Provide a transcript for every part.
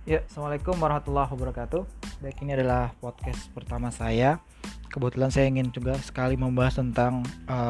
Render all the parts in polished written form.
Ya, Assalamualaikum warahmatullahi wabarakatuh. Baik, ini adalah podcast pertama saya. Kebetulan saya ingin juga sekali membahas tentang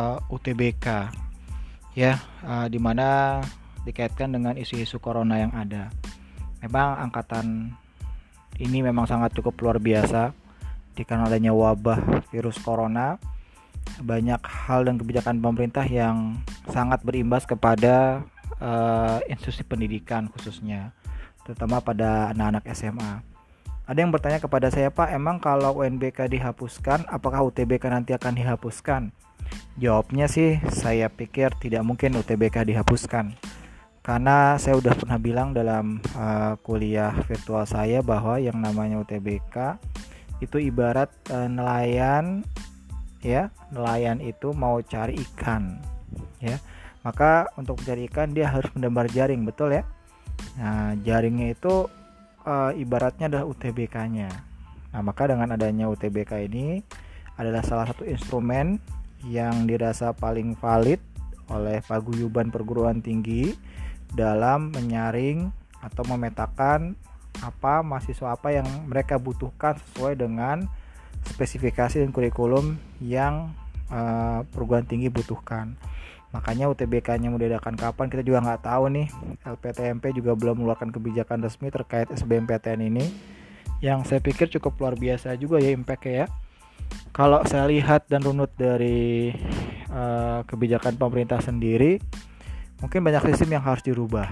UTBK, ya, di mana dikaitkan dengan isu-isu corona yang ada. Memang angkatan ini memang sangat cukup luar biasa, karena adanya wabah virus corona. Banyak hal dan kebijakan pemerintah yang sangat berimbas kepada institusi pendidikan khususnya, terutama pada anak-anak SMA. Ada yang bertanya kepada saya, Pak, emang kalau UNBK dihapuskan, apakah UTBK nanti akan dihapuskan? Jawabnya sih, saya pikir tidak mungkin UTBK dihapuskan. Karena saya udah pernah bilang dalam kuliah virtual saya bahwa yang namanya UTBK itu ibarat nelayan, ya. Nelayan itu mau cari ikan, ya. Maka untuk mencari ikan dia harus mendambar jaring, betul ya? Nah, jaringnya itu ibaratnya adalah UTBK-nya. Nah, maka dengan adanya UTBK ini adalah salah satu instrumen yang dirasa paling valid oleh paguyuban perguruan tinggi dalam menyaring atau memetakan mahasiswa apa yang mereka butuhkan sesuai dengan spesifikasi dan kurikulum yang perguruan tinggi butuhkan. Makanya UTBK-nya mau diadakan kapan kita juga nggak tahu nih. LPTMP juga belum mengeluarkan kebijakan resmi terkait SBMPTN ini, yang saya pikir cukup luar biasa juga ya impact-nya ya. Kalau saya lihat dan runut dari kebijakan pemerintah sendiri, mungkin banyak sistem yang harus dirubah,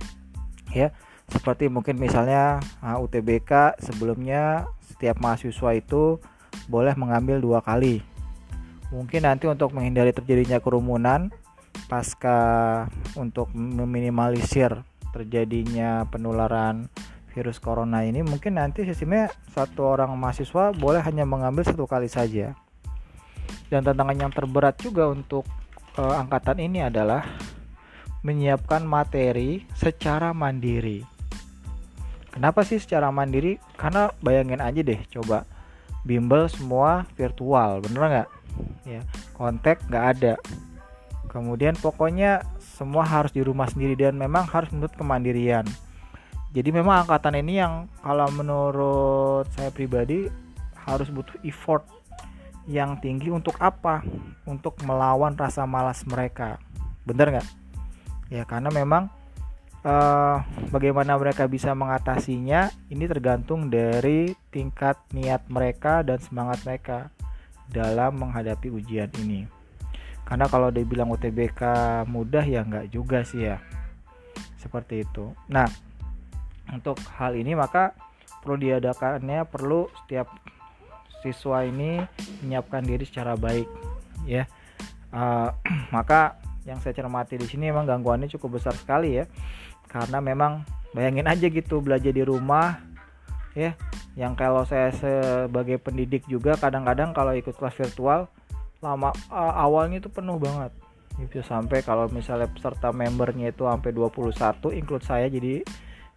ya. Seperti mungkin misalnya UTBK sebelumnya setiap mahasiswa itu boleh mengambil 2 kali. Mungkin nanti untuk menghindari terjadinya kerumunan pasca untuk meminimalisir terjadinya penularan virus corona ini, mungkin nanti sistemnya satu orang mahasiswa boleh hanya mengambil 1 kali saja. Dan tantangan yang terberat juga untuk angkatan ini adalah menyiapkan materi secara mandiri. Kenapa sih secara mandiri? Karena bayangin aja deh, coba bimbel semua virtual, bener nggak? Ya, kontak nggak ada. Kemudian pokoknya semua harus di rumah sendiri dan memang harus menuntut kemandirian. Jadi memang angkatan ini yang kalau menurut saya pribadi harus butuh effort yang tinggi untuk apa? Untuk melawan rasa malas mereka. Bener nggak? Ya, karena memang bagaimana mereka bisa mengatasinya ini tergantung dari tingkat niat mereka dan semangat mereka dalam menghadapi ujian ini. Karena kalau dibilang UTBK mudah ya enggak juga sih ya. Seperti itu. Nah, untuk hal ini maka perlu setiap siswa ini menyiapkan diri secara baik, ya. Maka yang saya cermati di sini memang gangguannya cukup besar sekali ya. Karena memang bayangin aja gitu belajar di rumah, ya. Yang kalau saya sebagai pendidik juga kadang-kadang kalau ikut kelas virtual awalnya itu penuh banget. Bisa sampai kalau misalnya peserta membernya itu sampai 21, include saya jadi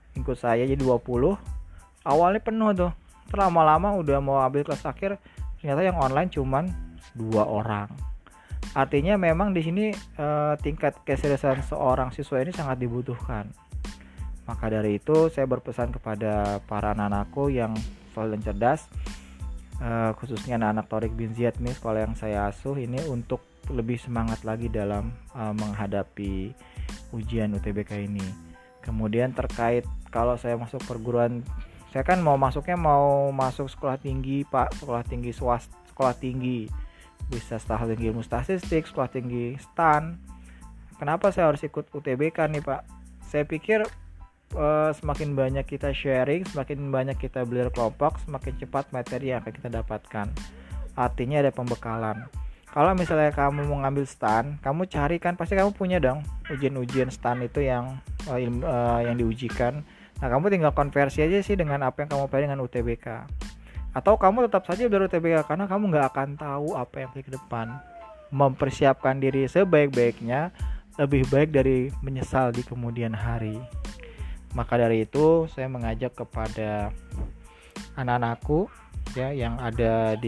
20. Awalnya penuh tuh. Lama-lama udah mau ambil kelas akhir, ternyata yang online cuman 2 orang. Artinya memang di sini tingkat keseriusan seorang siswa ini sangat dibutuhkan. Maka dari itu saya berpesan kepada para anak-anakku yang solid dan cerdas, khususnya anak-anak Thorik bin Ziyad nih, sekolah yang saya asuh ini, untuk lebih semangat lagi dalam menghadapi ujian UTBK ini. Kemudian terkait kalau saya masuk perguruan, saya kan mau masuk sekolah tinggi, Pak, sekolah tinggi swasta, sekolah tinggi bisa sekolah tinggi ilmu statistik, sekolah tinggi STAN. Kenapa saya harus ikut UTBK nih, Pak? Saya pikir semakin banyak kita sharing, semakin banyak kita belajar kelompok, semakin cepat materi yang akan kita dapatkan. Artinya ada pembekalan. Kalau misalnya kamu mau ngambil STAN, kamu cari kan pasti kamu punya dong ujian-ujian STAN itu yang diujikan. Nah, kamu tinggal konversi aja sih dengan apa yang kamu pelajari dengan UTBK. Atau kamu tetap saja belajar UTBK karena kamu nggak akan tahu apa yang ke depan. Mempersiapkan diri sebaik-baiknya lebih baik dari menyesal di kemudian hari. Maka dari itu saya mengajak kepada anak-anakku ya yang ada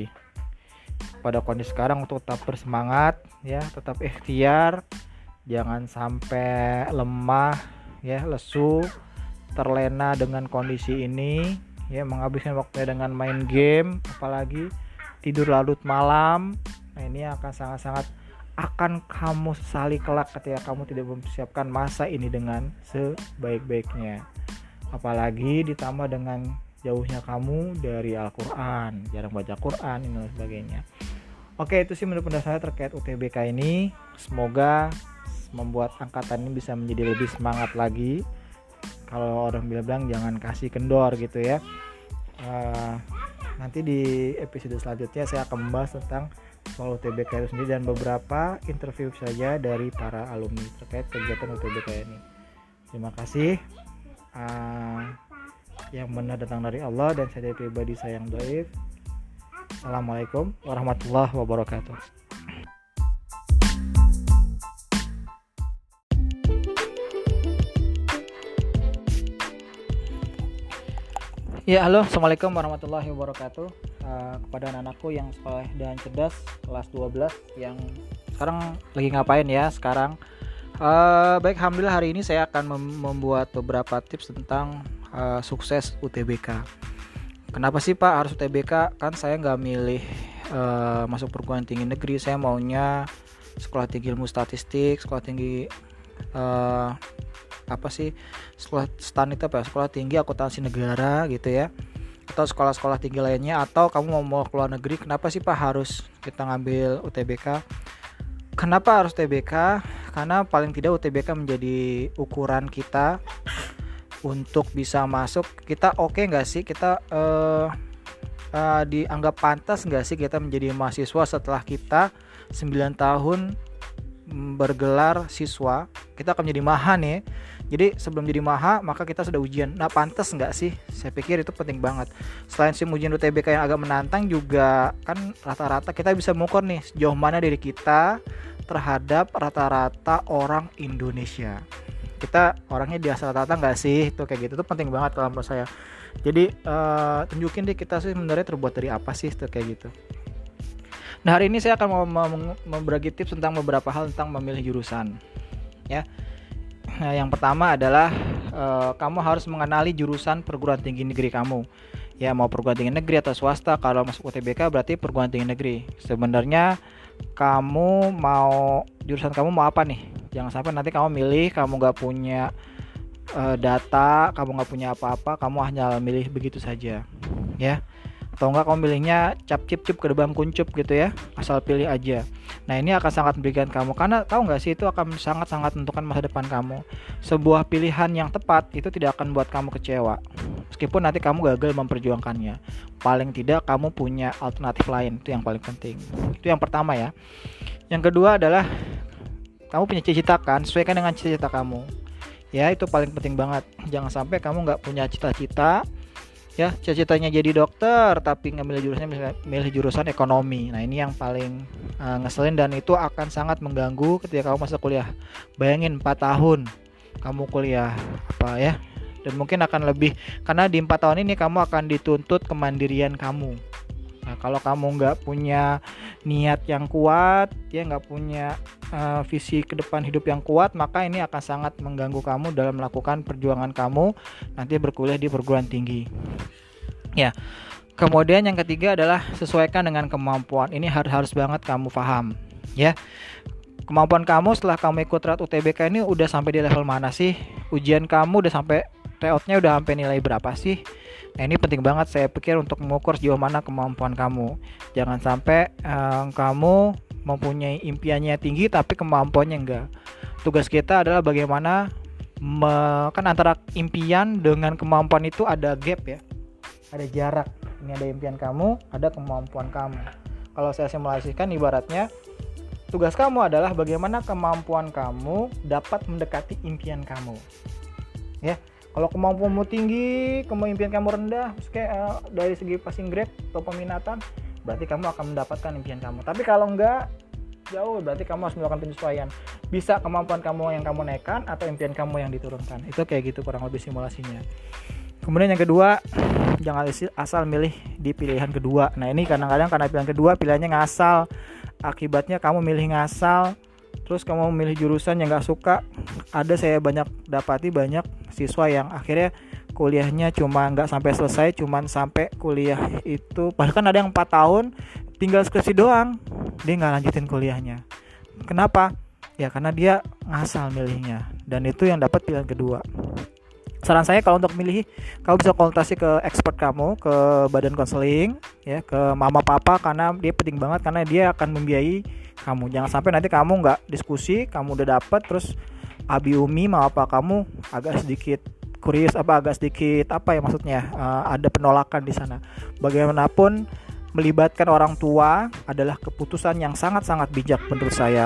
pada kondisi sekarang untuk tetap bersemangat ya, tetap ikhtiar, jangan sampai lemah ya, lesu, terlena dengan kondisi ini, ya, menghabiskan waktunya dengan main game, apalagi tidur larut malam. Nah, ini akan sangat-sangat akan kamu sesali kelak ketika kamu tidak mempersiapkan masa ini dengan sebaik-baiknya. Apalagi ditambah dengan jauhnya kamu dari Al-Quran, jarang baca Quran, dan sebagainya. Oke, itu sih menurut pendapat saya terkait UTBK ini. Semoga membuat angkatan ini bisa menjadi lebih semangat lagi. Kalau orang bilang jangan kasih kendor gitu ya. Nanti di episode selanjutnya saya akan membahas tentang soal UTBK itu sendiri dan beberapa interview saja dari para alumni terkait kegiatan UTBK ini. Terima kasih. Yang benar datang dari Allah dan saya pribadi saya yang dhaif. Assalamualaikum warahmatullahi wabarakatuh. Ya, halo, assalamualaikum warahmatullahi wabarakatuh. Kepada anak-anakku yang soleh dan cerdas kelas 12 yang sekarang lagi ngapain ya sekarang? Baik, alhamdulillah hari ini saya akan membuat beberapa tips tentang sukses UTBK. Kenapa sih Pak harus UTBK? Kan saya nggak milih masuk perguruan tinggi negeri, saya maunya sekolah tinggi ilmu statistik, sekolah tinggi sekolah STAN itu apa ya, sekolah tinggi akuntansi negara gitu ya, atau sekolah-sekolah tinggi lainnya, atau kamu mau ke luar negeri. Kenapa sih Pak harus kita ngambil UTBK? Kenapa harus UTBK? Karena paling tidak UTBK menjadi ukuran kita untuk bisa masuk. Kita oke nggak sih, kita dianggap pantas nggak sih kita menjadi mahasiswa setelah kita 9 tahun bergelar siswa. Kita akan menjadi maha nih. Jadi sebelum jadi maha maka kita sudah ujian. Nah, pantas nggak sih? Saya pikir itu penting banget. Selain sim ujian UTBK yang agak menantang, juga kan rata-rata kita bisa mengukur nih sejauh mana diri kita terhadap rata-rata orang Indonesia. Kita orangnya di atas rata-rata nggak sih? Itu kayak gitu tuh penting banget kalau menurut saya. Jadi tunjukin deh kita sih sebenarnya terbuat dari apa sih, itu kayak gitu. Nah, hari ini saya akan membagi tips tentang beberapa hal tentang memilih jurusan. Ya. Nah, yang pertama adalah kamu harus mengenali jurusan perguruan tinggi negeri kamu. Ya, mau perguruan tinggi negeri atau swasta. Kalau masuk UTBK berarti perguruan tinggi negeri. Sebenarnya jurusan kamu mau apa nih? Jangan sampai nanti kamu milih, kamu nggak punya data, kamu nggak punya apa-apa, kamu hanya milih begitu saja, ya. Atau enggak kamu milihnya cap cip ke depan kuncup gitu ya, asal pilih aja. Nah, ini akan sangat merugikan kamu, karena tahu nggak sih, itu akan sangat-sangat menentukan masa depan kamu. Sebuah pilihan yang tepat itu tidak akan buat kamu kecewa, meskipun nanti kamu gagal memperjuangkannya. Paling tidak kamu punya alternatif lain, itu yang paling penting. Itu yang pertama ya. Yang kedua adalah kamu punya cita-cita kan, sesuaikan dengan cita-cita kamu. Ya, itu paling penting banget. Jangan sampai kamu nggak punya cita-cita. Ya, cita-citanya jadi dokter tapi ngambil jurusannya milih jurusan ekonomi. Nah, ini yang paling ngeselin dan itu akan sangat mengganggu ketika kamu masuk kuliah. Bayangin 4 tahun kamu kuliah apa ya. Dan mungkin akan lebih, karena di 4 tahun ini kamu akan dituntut kemandirian kamu. Nah, kalau kamu nggak punya niat yang kuat, ya nggak punya visi ke depan hidup yang kuat, maka ini akan sangat mengganggu kamu dalam melakukan perjuangan kamu nanti berkuliah di perguruan tinggi. Ya. Kemudian yang ketiga adalah sesuaikan dengan kemampuan. Ini harus banget kamu paham, ya. Kemampuan kamu setelah kamu ikut RAT UTBK ini udah sampai di level mana sih? Ujian kamu udah sampai tryout-nya udah sampai nilai berapa sih? Nah, ini penting banget saya pikir untuk mengukur sejauh mana kemampuan kamu. Jangan sampai kamu mempunyai impiannya tinggi tapi kemampuannya enggak. Tugas kita adalah bagaimana kan antara impian dengan kemampuan itu ada gap ya. Ada jarak. Ini ada impian kamu, ada kemampuan kamu. Kalau saya simulasikan ibaratnya tugas kamu adalah bagaimana kemampuan kamu dapat mendekati impian kamu. Ya. Kalau kemampuanmu tinggi, impian kamu rendah, dari segi passing grade atau peminatan, berarti kamu akan mendapatkan impian kamu. Tapi kalau enggak, jauh, berarti kamu harus melakukan penyesuaian. Bisa kemampuan kamu yang kamu naikkan atau impian kamu yang diturunkan. Itu kayak gitu kurang lebih simulasinya. Kemudian yang kedua, jangan asal milih di pilihan kedua. Nah, ini kadang-kadang karena pilihan kedua pilihannya ngasal. Akibatnya kamu milih ngasal, terus kamu memilih jurusan yang gak suka. Saya banyak dapati banyak siswa yang akhirnya kuliahnya cuma nggak sampai selesai, cuman sampai kuliah itu bahkan ada yang 4 tahun tinggal skripsi doang, dia nggak lanjutin kuliahnya. Kenapa? Ya karena dia ngasal milihnya, dan itu yang dapat pilihan kedua. Saran saya kalau untuk milih, kamu bisa konsultasi ke expert kamu, ke badan konseling, ya, ke mama papa, karena dia penting banget, karena dia akan membiayai kamu. Jangan sampai nanti kamu nggak diskusi, kamu udah dapat terus abi umi mama papa kamu agak sedikit kurius, agak sedikit maksudnya ada penolakan di sana. Bagaimanapun melibatkan orang tua adalah keputusan yang sangat-sangat bijak menurut saya.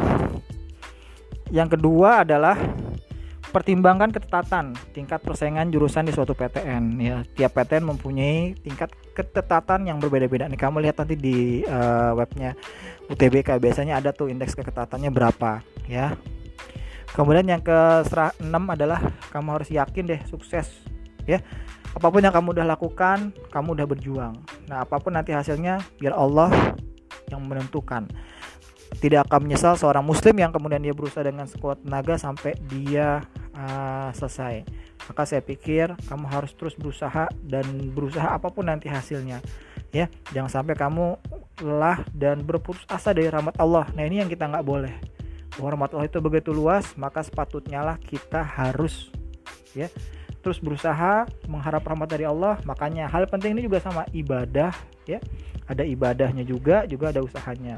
Yang kedua adalah pertimbangkan ketatan tingkat persaingan jurusan di suatu PTN, ya. Tiap PTN mempunyai tingkat ketatan yang berbeda-beda. Nih kamu lihat nanti di webnya UTBK, biasanya ada tuh indeks keketatannya berapa, ya. Kemudian yang ke-6 adalah kamu harus yakin deh sukses, ya. Apapun yang kamu udah lakukan, kamu udah berjuang. Nah, apapun nanti hasilnya biar Allah yang menentukan. Tidak akan menyesal seorang muslim yang kemudian dia berusaha dengan sekuat tenaga sampai dia selesai. Maka saya pikir kamu harus terus berusaha, dan berusaha apapun nanti hasilnya, ya. Jangan sampai kamu lelah dan berputus asa dari rahmat Allah. Nah, ini yang kita nggak boleh. Rahmat Allah itu begitu luas, maka sepatutnya lah kita harus, ya, terus berusaha mengharap rahmat dari Allah. Makanya hal penting ini juga sama ibadah, ya. Ada ibadahnya juga ada usahanya.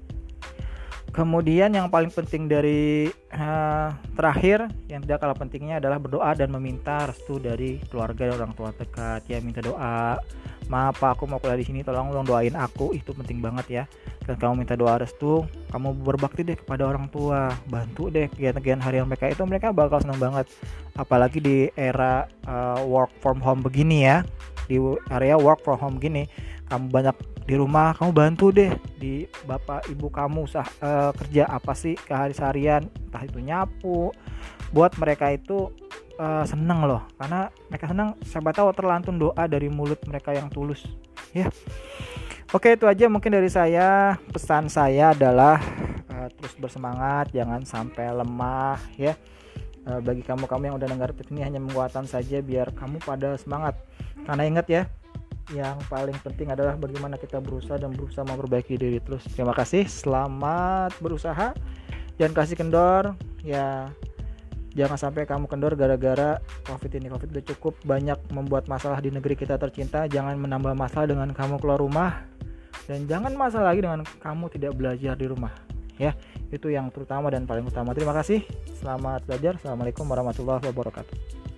Kemudian yang paling penting dari terakhir yang tidak kalah pentingnya adalah berdoa dan meminta restu dari keluarga dan orang tua dekat, ya. Minta doa, maaf Pak, aku mau kuliah di sini, tolong doain aku. Itu penting banget, ya. Dan kamu minta doa restu, kamu berbakti deh kepada orang tua, bantu deh kegiatan-kegiatan harian mereka, itu mereka bakal senang banget. Apalagi di era work from home begini, ya. Di area work from home gini, kamu banyak di rumah, kamu bantu deh di bapak ibu kamu kerja apa sih seharian, entah itu nyapu. Buat mereka itu seneng loh, karena mereka senang, siapa tahu terlantun doa dari mulut mereka yang tulus, ya. Oke, itu aja mungkin dari saya. Pesan saya adalah terus bersemangat, jangan sampai lemah, ya. Bagi kamu yang udah dengar ini hanya menguatkan saja biar kamu pada semangat. Karena ingat, ya, yang paling penting adalah bagaimana kita berusaha dan berusaha memperbaiki diri terus. Terima kasih, selamat berusaha, jangan kasih kendor, ya. Jangan sampai kamu kendor gara-gara COVID ini. COVID udah cukup banyak membuat masalah di negeri kita tercinta. Jangan menambah masalah dengan kamu keluar rumah, dan jangan masalah lagi dengan kamu tidak belajar di rumah, ya. Itu yang terutama dan paling utama. Terima kasih, selamat belajar. Assalamualaikum warahmatullahi wabarakatuh.